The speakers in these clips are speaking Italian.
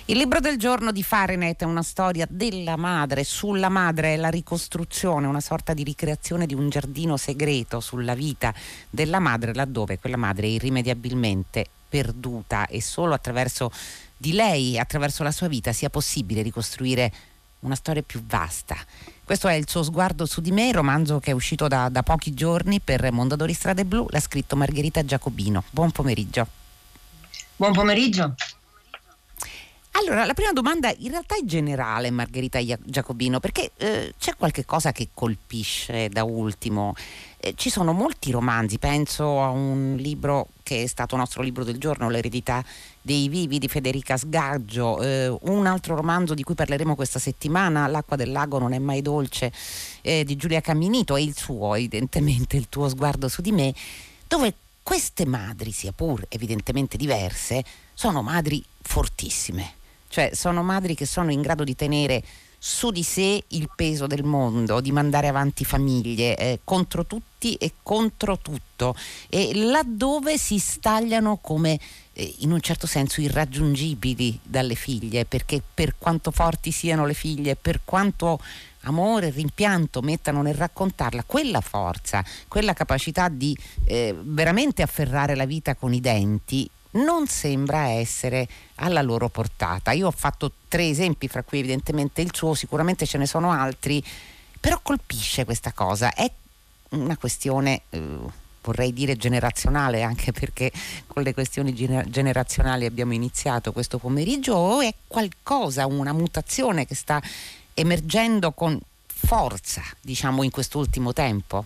Il libro del giorno di Fahrenheit è una storia della madre, sulla madre, è la ricostruzione, una sorta di ricreazione di un giardino segreto sulla vita della madre, laddove quella madre è irrimediabilmente perduta e solo attraverso di lei, attraverso la sua vita, sia possibile ricostruire una storia più vasta. Questo è Il suo sguardo su di me, romanzo che è uscito da pochi giorni per Mondadori Strade Blu, l'ha scritto Margherita Giacobino. Buon pomeriggio. Buon pomeriggio. Allora, la prima domanda in realtà è generale, Margherita Giacobino, perché c'è qualche cosa che colpisce da ultimo. Ci sono molti romanzi, penso a un libro che è stato nostro libro del giorno, L'eredità dei vivi di Federica Sgaggio, un altro romanzo di cui parleremo questa settimana, L'acqua del lago non è mai dolce, di Giulia Camminito, e il suo, evidentemente, Il tuo sguardo su di me, dove queste madri, sia pur evidentemente diverse, sono madri fortissime. Cioè sono madri che sono in grado di tenere su di sé il peso del mondo, di mandare avanti famiglie contro tutti e contro tutto, e laddove si stagliano come in un certo senso irraggiungibili dalle figlie, perché per quanto forti siano le figlie, per quanto amore e rimpianto mettano nel raccontarla, quella forza, quella capacità di veramente afferrare la vita con i denti non sembra essere alla loro portata. Io ho fatto 3 esempi, fra cui evidentemente il suo, sicuramente ce ne sono altri, però colpisce questa cosa. È una questione, vorrei dire generazionale, anche perché con le questioni generazionali abbiamo iniziato questo pomeriggio, o è qualcosa, una mutazione che sta emergendo con forza, diciamo, in quest'ultimo tempo?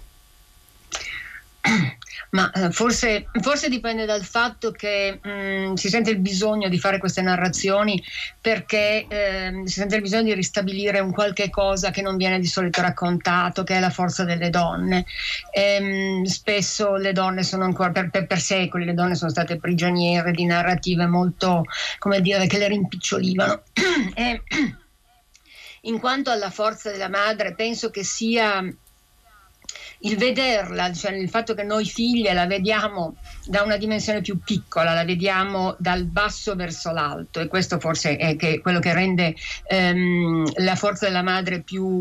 Ma forse dipende dal fatto che si sente il bisogno di fare queste narrazioni perché si sente il bisogno di ristabilire un qualche cosa che non viene di solito raccontato, che è la forza delle donne. Spesso le donne sono ancora, per secoli le donne sono state prigioniere di narrative molto, come dire, che le rimpicciolivano. E in quanto alla forza della madre, penso che sia il vederla, cioè il fatto che noi figlie la vediamo da una dimensione più piccola, la vediamo dal basso verso l'alto, e questo forse è quello che rende la forza della madre più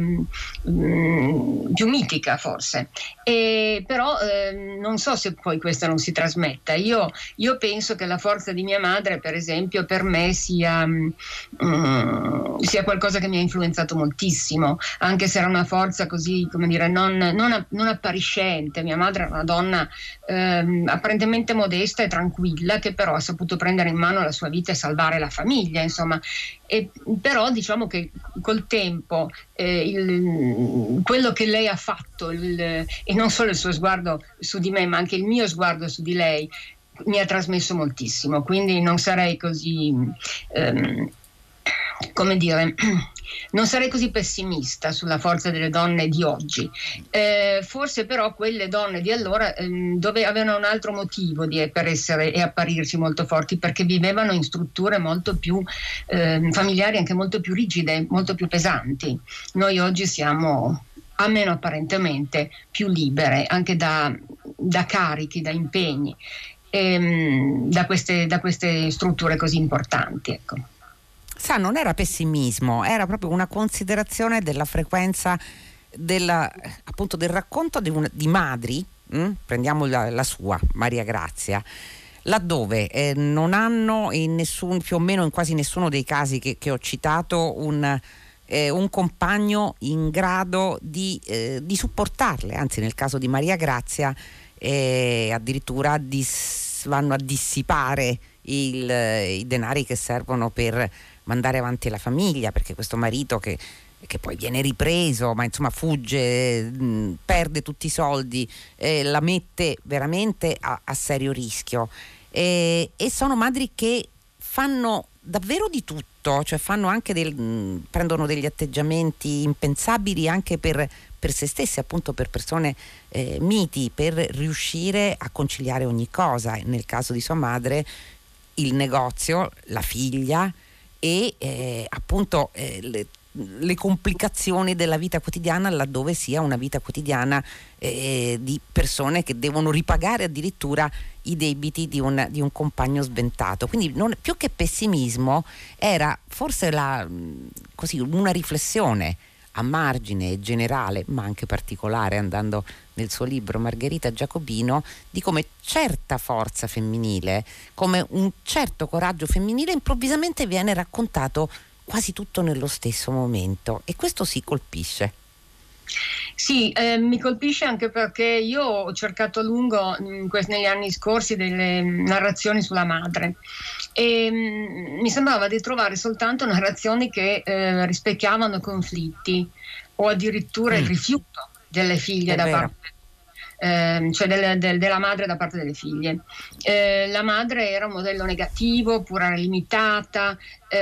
mitica, forse. Però non so se poi questa non si trasmetta. Io penso che la forza di mia madre, per esempio, per me sia qualcosa che mi ha influenzato moltissimo, anche se era una forza così, come dire, non appariscente. Mia madre era una donna apparentemente modesta e tranquilla, che però ha saputo prendere in mano la sua vita e salvare la famiglia, insomma. Però diciamo che col tempo quello che lei ha fatto, e non solo il suo sguardo su di me, ma anche il mio sguardo su di lei, mi ha trasmesso moltissimo. Quindi non sarei così come dire, non sarei così pessimista sulla forza delle donne di oggi. Forse però quelle donne di allora dove avevano un altro motivo per essere e apparirci molto forti, perché vivevano in strutture molto più familiari, anche molto più rigide, molto più pesanti. Noi oggi siamo, almeno apparentemente, più libere anche da carichi, da impegni, da queste strutture così importanti, ecco. Sa, non era pessimismo, era proprio una considerazione della frequenza appunto del racconto di madri, prendiamo la sua, Maria Grazia, laddove non hanno più o meno in quasi nessuno dei casi che ho citato un compagno in grado di supportarle, anzi nel caso di Maria Grazia addirittura vanno a dissipare i denari che servono per mandare avanti la famiglia, perché questo marito che poi viene ripreso, ma insomma fugge, perde tutti i soldi, la mette veramente a serio rischio, e sono madri che fanno davvero di tutto, cioè fanno anche prendono degli atteggiamenti impensabili anche per se stesse, appunto per persone miti, per riuscire a conciliare ogni cosa. Nel caso di sua madre il negozio, la figlia e appunto le complicazioni della vita quotidiana, laddove sia una vita quotidiana di persone che devono ripagare addirittura i debiti di un compagno sventato. Quindi più che pessimismo era forse così una riflessione a margine e generale, ma anche particolare, andando nel suo libro Margherita Giacobino, di come certa forza femminile, come un certo coraggio femminile improvvisamente viene raccontato quasi tutto nello stesso momento, e questo si colpisce. Sì, mi colpisce anche perché io ho cercato a lungo negli anni scorsi delle narrazioni sulla madre e mi sembrava di trovare soltanto narrazioni che rispecchiavano conflitti o addirittura il rifiuto delle figlie da parte cioè della madre da parte delle figlie. La madre era un modello negativo, pura limitata,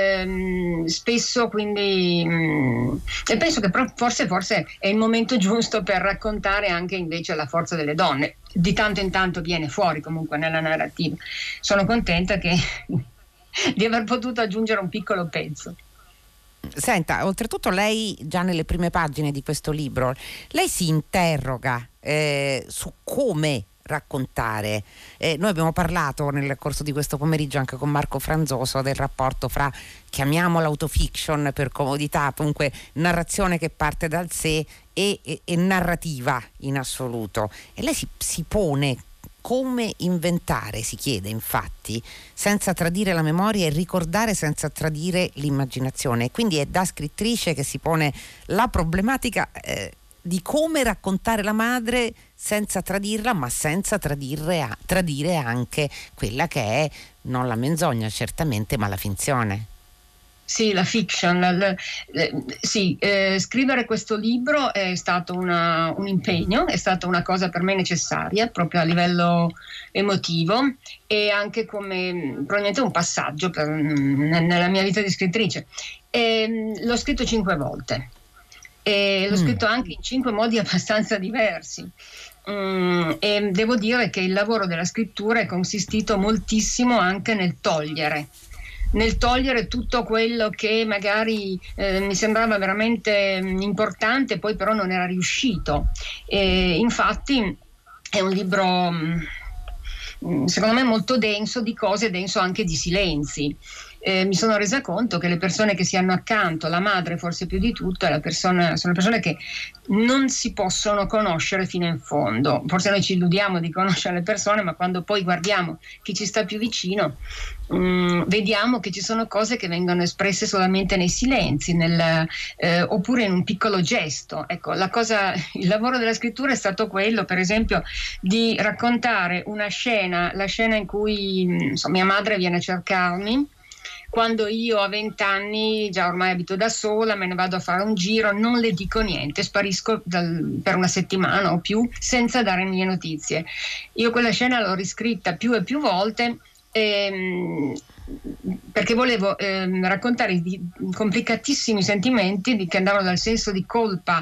spesso, quindi e penso che forse è il momento giusto per raccontare anche invece la forza delle donne. Di tanto in tanto viene fuori comunque nella narrativa. Sono contenta di aver potuto aggiungere un piccolo pezzo. Senta, oltretutto lei già nelle prime pagine di questo libro, lei si interroga su come raccontare. Noi abbiamo parlato nel corso di questo pomeriggio anche con Marco Franzoso del rapporto fra, chiamiamola autofiction per comodità, comunque narrazione che parte dal sé e narrativa in assoluto. E lei si pone come inventare, si chiede infatti, senza tradire la memoria e ricordare senza tradire l'immaginazione. Quindi è da scrittrice che si pone la problematica di come raccontare la madre senza tradirla, ma senza tradire anche quella che è non la menzogna certamente, ma la finzione. Sì, la fiction. Scrivere questo libro è stato un impegno, è stata una cosa per me necessaria proprio a livello emotivo e anche come probabilmente un passaggio nella mia vita di scrittrice. L'ho scritto 5 volte e l'ho scritto anche in 5 modi abbastanza diversi. E devo dire che il lavoro della scrittura è consistito moltissimo anche nel togliere tutto quello che magari mi sembrava veramente importante, poi però non era riuscito. Infatti è un libro secondo me molto denso di cose, denso anche di silenzi. Mi sono resa conto che le persone che si hanno accanto, la madre forse più di tutto, sono persone che non si possono conoscere fino in fondo. Forse noi ci illudiamo di conoscere le persone, ma quando poi guardiamo chi ci sta più vicino, vediamo che ci sono cose che vengono espresse solamente nei silenzi, oppure in un piccolo gesto. Ecco, il lavoro della scrittura è stato quello, per esempio, di raccontare la scena in cui mia madre viene a cercarmi, quando io a 20 anni, già ormai abito da sola, me ne vado a fare un giro, non le dico niente, sparisco per una settimana o più senza dare mie notizie. Io quella scena l'ho riscritta più e più volte perché volevo raccontare i complicatissimi sentimenti che andavano dal senso di colpa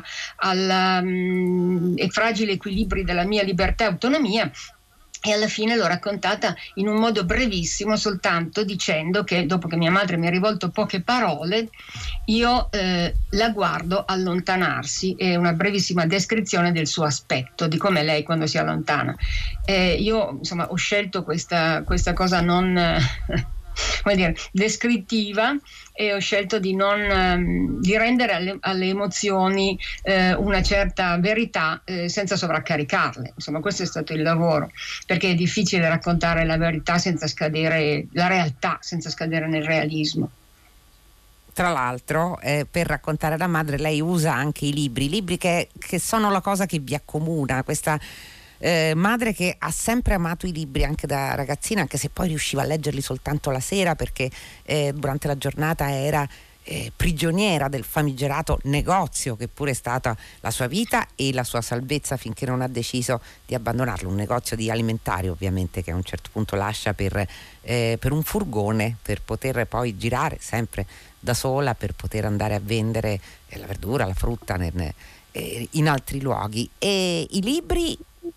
ai fragili equilibri della mia libertà e autonomia. E alla fine l'ho raccontata in un modo brevissimo, soltanto dicendo che dopo che mia madre mi ha rivolto poche parole, io la guardo allontanarsi e una brevissima descrizione del suo aspetto, di come lei quando si allontana. Io insomma ho scelto questa cosa non descrittiva, e ho scelto di rendere alle emozioni una certa verità senza sovraccaricarle. Insomma, questo è stato il lavoro, perché è difficile raccontare la verità senza scadere, la realtà senza scadere nel realismo. Tra l'altro, per raccontare la madre lei usa anche i libri che sono la cosa che vi accomuna, questa madre che ha sempre amato i libri anche da ragazzina, anche se poi riusciva a leggerli soltanto la sera, perché durante la giornata era prigioniera del famigerato negozio che pure è stata la sua vita e la sua salvezza finché non ha deciso di abbandonarlo, un negozio di alimentari ovviamente, che a un certo punto lascia per un furgone, per poter poi girare sempre da sola, per poter andare a vendere la verdura, la frutta in altri luoghi. E i libri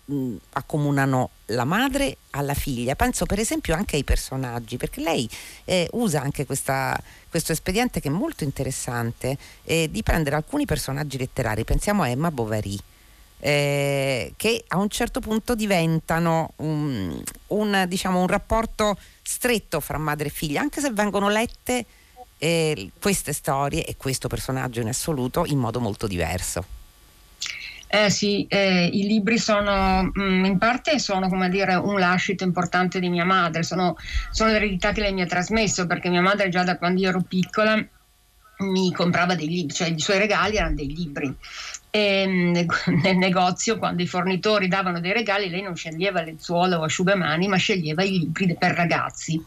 accomunano la madre alla figlia. Penso per esempio anche ai personaggi, perché lei usa anche questo espediente che è molto interessante, di prendere alcuni personaggi letterari. Pensiamo a Emma Bovary, che a un certo punto diventano un rapporto stretto fra madre e figlia, anche se vengono lette queste storie e questo personaggio in assoluto in modo molto diverso. Sì, i libri sono in parte come dire un lascito importante di mia madre, sono l'eredità che lei mi ha trasmesso, perché mia madre già da quando io ero piccola mi comprava dei libri, cioè i suoi regali erano dei libri. E nel negozio, quando i fornitori davano dei regali, lei non sceglieva lenzuola o asciugamani, ma sceglieva i libri per ragazzi.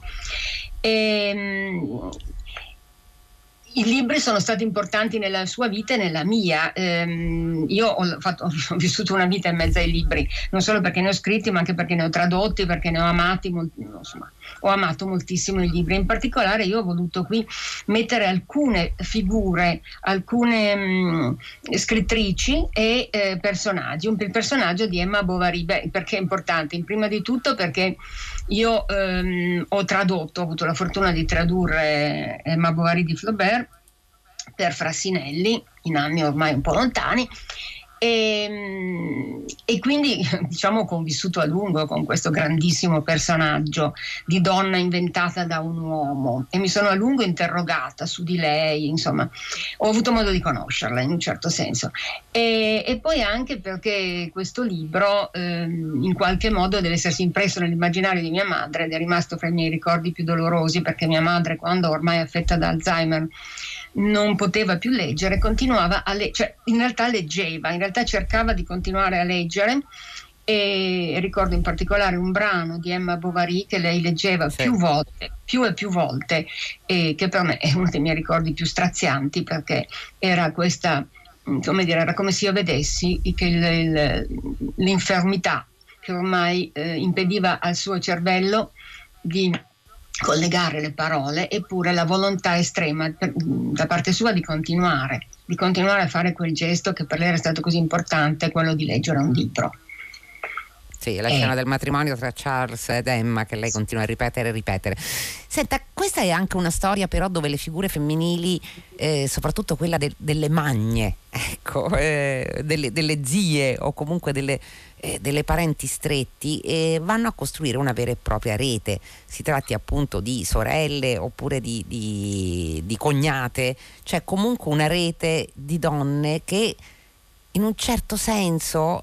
I libri sono stati importanti nella sua vita e nella mia. Io ho vissuto una vita in mezzo ai libri, non solo perché ne ho scritti, ma anche perché ne ho tradotti, perché ne ho amati, insomma, ho amato moltissimo i libri. In particolare io ho voluto qui mettere alcune figure, alcune scrittrici e personaggi. Il personaggio di Emma Bovary, perché è importante? Prima di tutto perché io ho avuto la fortuna di tradurre Emma Bovary di Flaubert per Frassinelli in anni ormai un po' lontani, e quindi diciamo ho convissuto a lungo con questo grandissimo personaggio di donna inventata da un uomo, e mi sono a lungo interrogata su di lei, insomma ho avuto modo di conoscerla in un certo senso, e poi anche perché questo libro in qualche modo deve essersi impresso nell'immaginario di mia madre, ed è rimasto fra i miei ricordi più dolorosi, perché mia madre, quando ormai affetta da Alzheimer non poteva più leggere, continuava cioè in realtà leggeva, in realtà cercava di continuare a leggere, e ricordo in particolare un brano di Emma Bovary che lei leggeva più e più volte, e che per me è uno dei miei ricordi più strazianti, perché era questa, come dire, era come se io vedessi che l'infermità che ormai impediva al suo cervello di collegare le parole, eppure la volontà estrema da parte sua di continuare a fare quel gesto che per lei era stato così importante, quello di leggere un libro. Sì, la scena del matrimonio tra Charles ed Emma, che lei continua a ripetere. Senta, questa è anche una storia però dove le figure femminili, soprattutto quella delle magne, ecco, delle zie o comunque delle parenti stretti, vanno a costruire una vera e propria rete. Si tratti appunto di sorelle oppure di cognate, cioè comunque una rete di donne che in un certo senso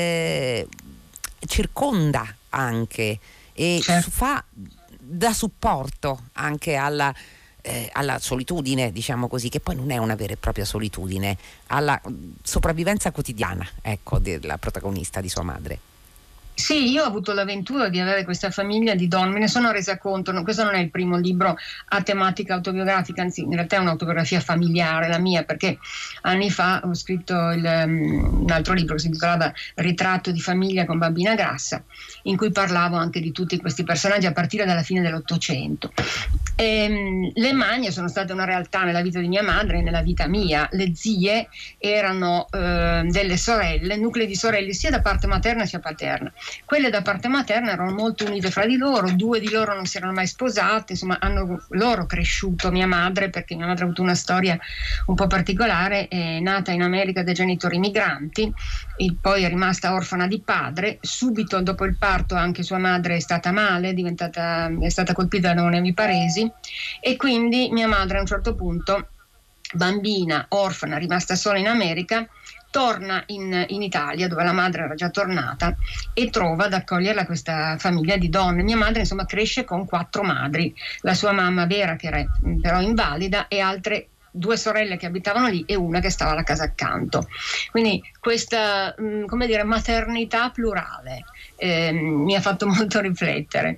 circonda anche e fa da supporto anche alla solitudine, diciamo così, che poi non è una vera e propria solitudine, alla sopravvivenza quotidiana, ecco, della protagonista, di sua madre. Sì, io ho avuto l'avventura di avere questa famiglia di donne, me ne sono resa conto, questo non è il primo libro a tematica autobiografica, anzi in realtà è un'autobiografia familiare la mia, perché anni fa ho scritto un altro libro che si intitolava Ritratto di famiglia con bambina grassa, in cui parlavo anche di tutti questi personaggi a partire dalla fine dell'Ottocento. Le magne sono state una realtà nella vita di mia madre e nella vita mia. Le zie erano delle sorelle, nuclei di sorelle sia da parte materna sia paterna. Quelle da parte materna erano molto unite fra di loro, 2 di loro non si erano mai sposate, insomma hanno loro cresciuto mia madre, perché mia madre ha avuto una storia un po' particolare, è nata in America da genitori migranti e poi è rimasta orfana di padre. Subito dopo il parto anche sua madre è stata male, è stata colpita da un'emiparesi, e quindi mia madre a un certo punto, bambina, orfana, rimasta sola in America, torna in Italia, dove la madre era già tornata, e trova ad accoglierla questa famiglia di donne. Mia madre insomma cresce con 4 madri, la sua mamma vera che era però invalida, e altre 2 sorelle che abitavano lì e una che stava alla casa accanto. Quindi questa, come dire, maternità plurale mi ha fatto molto riflettere.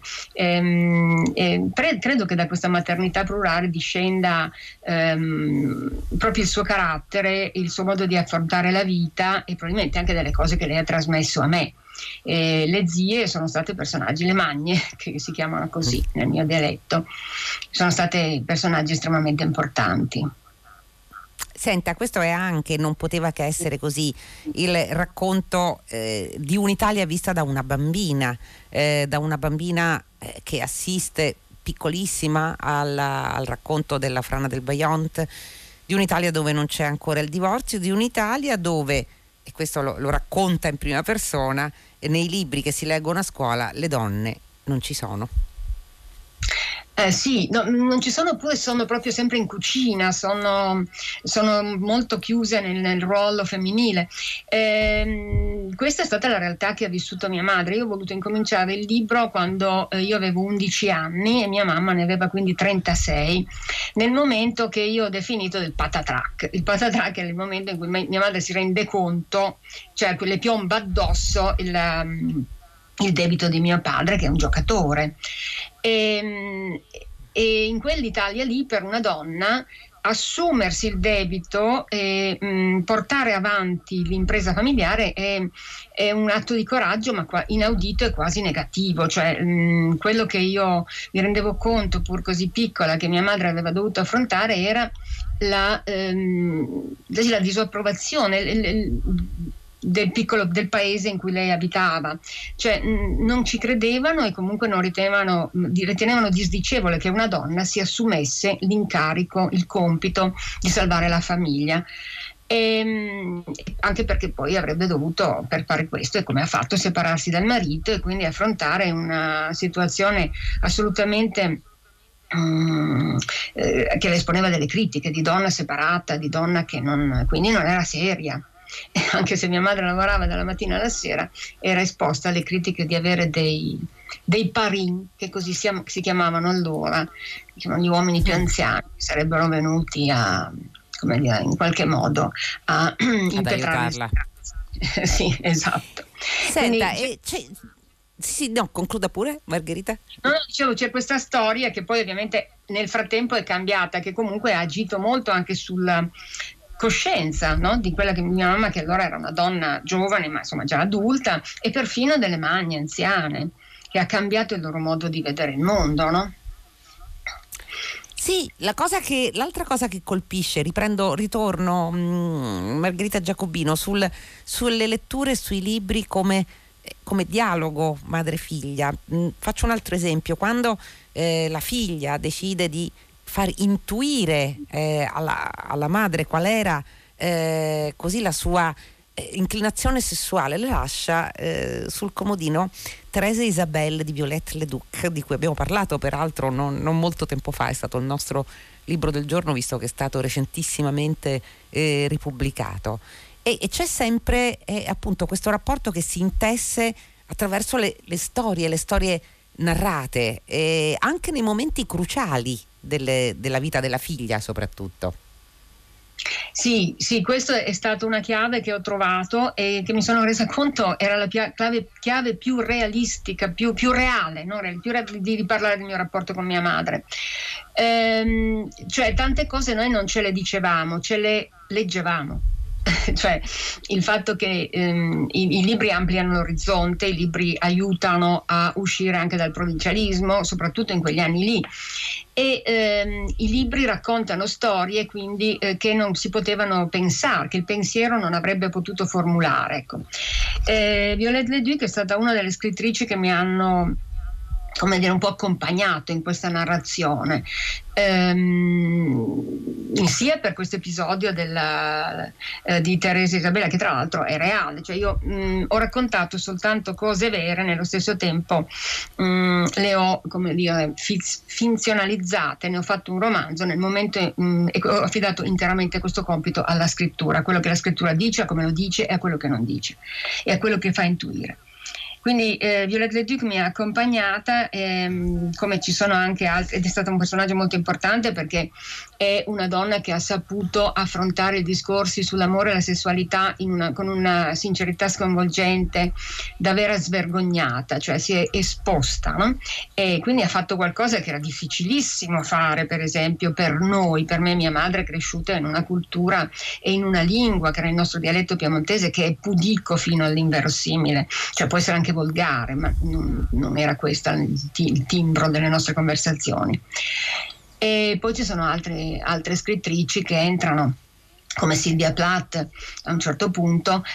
Credo che da questa maternità plurale discenda proprio il suo carattere, il suo modo di affrontare la vita, e probabilmente anche delle cose che lei ha trasmesso a me. Le zie sono state personaggi, le magne, che si chiamano così nel mio dialetto, sono state personaggi estremamente importanti. Senta, questo è anche, non poteva che essere così, il racconto di un'Italia vista da una bambina che assiste piccolissima al racconto della frana del Vajont, di un'Italia dove non c'è ancora il divorzio, di un'Italia dove, e questo lo racconta in prima persona, nei libri che si leggono a scuola le donne non ci sono. Sì, no, non ci sono, pure sono proprio sempre in cucina, sono molto chiuse nel ruolo femminile. Questa è stata la realtà che ha vissuto mia madre. Io ho voluto incominciare il libro quando io avevo 11 anni e mia mamma ne aveva quindi 36, nel momento che io ho definito del patatrac. Il patatrac è il momento in cui mia madre si rende conto, cioè le piomba addosso il debito di mio padre, che è un giocatore. E in quell'Italia lì, per una donna, assumersi il debito e portare avanti l'impresa familiare è un atto di coraggio, ma inaudito e quasi negativo. Cioè, quello che io mi rendevo conto, pur così piccola, che mia madre aveva dovuto affrontare era la disapprovazione del paese in cui lei abitava, cioè non ci credevano e comunque non ritenevano disdicevole che una donna si assumesse l'incarico, il compito di salvare la famiglia. Anche perché poi avrebbe dovuto, per fare questo, e come ha fatto, separarsi dal marito e quindi affrontare una situazione assolutamente che le esponeva delle critiche di donna separata, di donna che quindi non era seria. Anche se mia madre lavorava dalla mattina alla sera, era esposta alle critiche di avere dei parin, che così si chiamavano allora, gli uomini più anziani, che sarebbero venuti a, come dire, in qualche modo ad aiutarla. Sì, esatto. Senta, quindi, sì, no, concluda pure, Margherita. No, dicevo, c'è questa storia che poi ovviamente nel frattempo è cambiata, che comunque ha agito molto anche sulla coscienza, no? Di quella che mia mamma, che allora era una donna giovane ma insomma già adulta, e perfino delle magne anziane, che ha cambiato il loro modo di vedere il mondo, no? Sì, l'altra cosa che colpisce, ritorno Margherita Giacobino sulle letture, sui libri come dialogo madre-figlia. Faccio un altro esempio: quando la figlia decide di far intuire alla madre qual era così la sua inclinazione sessuale, le lascia sul comodino Teresa e Isabelle di Violette Leduc, di cui abbiamo parlato peraltro non molto tempo fa. È stato il nostro libro del giorno, visto che è stato recentissimamente ripubblicato, e c'è sempre appunto questo rapporto che si intesse attraverso le storie narrate, anche nei momenti cruciali della vita della figlia soprattutto. Sì, questo è stata una chiave che ho trovato e che mi sono resa conto era la chiave più realistica, più reale, no? Di parlare del mio rapporto con mia madre. Cioè, tante cose noi non ce le dicevamo, ce le leggevamo. Cioè, il fatto che i libri ampliano l'orizzonte, i libri aiutano a uscire anche dal provincialismo, soprattutto in quegli anni lì, e i libri raccontano storie quindi che non si potevano pensare, che il pensiero non avrebbe potuto formulare, ecco. Violette Leduc è stata una delle scrittrici che mi hanno, come dire, un po' accompagnato in questa narrazione, sia per questo episodio di Teresa e Isabella, che tra l'altro è reale, cioè io ho raccontato soltanto cose vere, nello stesso tempo le ho, come dire, finzionalizzate, ne ho fatto un romanzo nel momento e ho affidato interamente questo compito alla scrittura, a quello che la scrittura dice, a come lo dice e a quello che non dice e a quello che fa intuire. Quindi Violette Leduc mi ha accompagnata, come ci sono anche altri, ed è stata un personaggio molto importante perché è una donna che ha saputo affrontare i discorsi sull'amore e la sessualità con una sincerità sconvolgente, davvero svergognata, cioè si è esposta, no? E quindi ha fatto qualcosa che era difficilissimo fare, per esempio per noi, per me e mia madre, cresciuta in una cultura e in una lingua che era il nostro dialetto piemontese, che è pudico fino all'inverosimile, cioè può essere anche volgare, ma non era questo il timbro delle nostre conversazioni. E poi ci sono altre scrittrici che entrano come Sylvia Plath a un certo punto,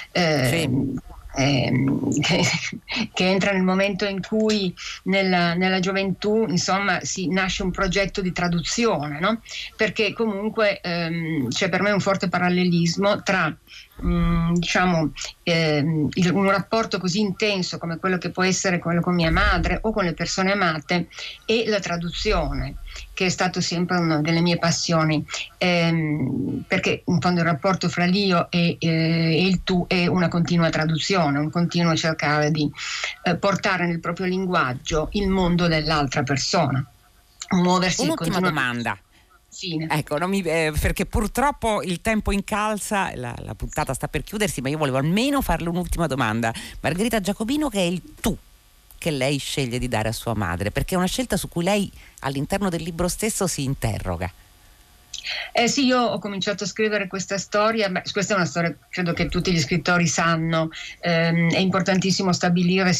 che entra nel momento in cui nella gioventù, insomma, nasce un progetto di traduzione, no? Perché comunque c'è per me un forte parallelismo tra un rapporto così intenso come quello che può essere quello con mia madre o con le persone amate e la traduzione, che è stato sempre una delle mie passioni, perché in fondo il rapporto fra l'io e il tu è una continua traduzione, un continuo cercare di portare nel proprio linguaggio il mondo dell'altra persona, muoversi. Un'ultima domanda. Fine. Ecco, perché purtroppo il tempo incalza, la puntata sta per chiudersi, ma io volevo almeno farle un'ultima domanda. Margherita Giacobino, che è il tu che lei sceglie di dare a sua madre, perché è una scelta su cui lei all'interno del libro stesso si interroga. Sì, io ho cominciato a scrivere questa storia, questa è una storia, credo che tutti gli scrittori sanno, è importantissimo stabilire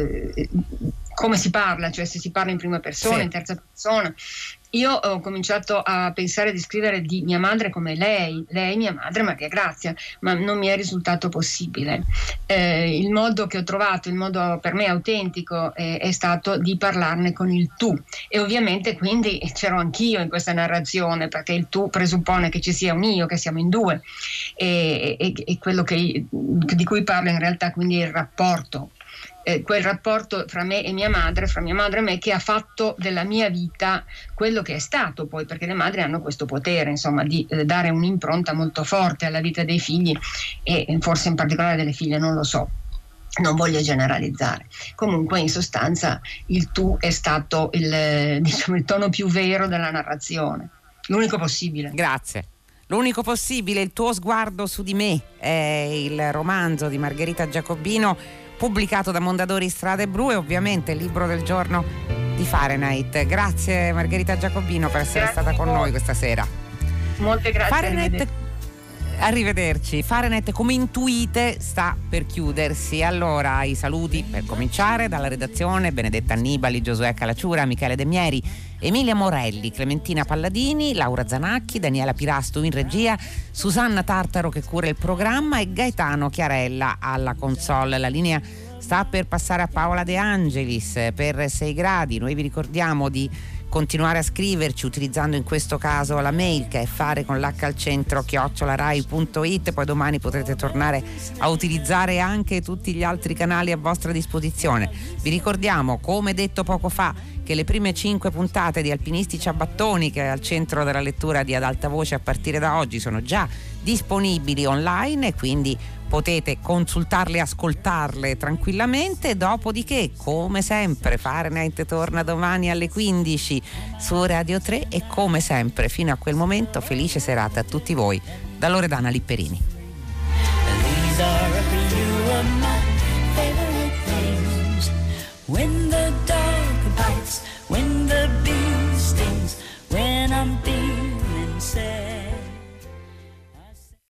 come si parla, cioè se si parla in prima persona, in terza persona. Io ho cominciato a pensare di scrivere di mia madre come lei mia madre Maria Grazia, ma non mi è risultato possibile. Il modo che ho trovato, il modo per me autentico è stato di parlarne con il tu, e ovviamente quindi c'ero anch'io in questa narrazione, perché il tu presuppone che ci sia un io, che siamo in due, e quello di cui parlo in realtà quindi è il rapporto. Quel rapporto fra me e mia madre, fra mia madre e me, che ha fatto della mia vita quello che è stato poi, perché le madri hanno questo potere, insomma, di dare un'impronta molto forte alla vita dei figli, e forse in particolare delle figlie, non lo so, non voglio generalizzare. Comunque, in sostanza, il tu è stato il tono più vero della narrazione, l'unico possibile. Grazie. L'unico possibile, il tuo sguardo su di me, è il romanzo di Margherita Giacobino, pubblicato da Mondadori Strade Blu, e ovviamente il libro del giorno di Fahrenheit. Grazie Margherita Giacobino per essere stata con noi questa sera. Molte grazie. Fahrenheit, arrivederci. Fahrenheit, come intuite, sta per chiudersi. Allora, i saluti per cominciare dalla redazione: Benedetta Annibali, Giosuè Calacciura, Michele De Mieri, Emilia Morelli, Clementina Palladini, Laura Zanacchi, Daniela Pirasto in regia, Susanna Tartaro che cura il programma e Gaetano Chiarella alla console. La linea sta per passare a Paola De Angelis per 6 gradi. Noi vi ricordiamo di continuare a scriverci utilizzando in questo caso la mail, che è fare@rai.it. Poi domani potrete tornare a utilizzare anche tutti gli altri canali a vostra disposizione. Vi ricordiamo, come detto poco fa, che le prime 5 puntate di Alpinisti Ciabattoni, che è al centro della lettura di Ad Alta Voce a partire da oggi, sono già disponibili online, e quindi potete consultarle e ascoltarle tranquillamente. Dopodiché, come sempre, Fahrenheit torna domani alle 15 su Radio 3, e come sempre fino a quel momento felice serata a tutti voi da Loredana Lipperini. These are a few of my favorite things. When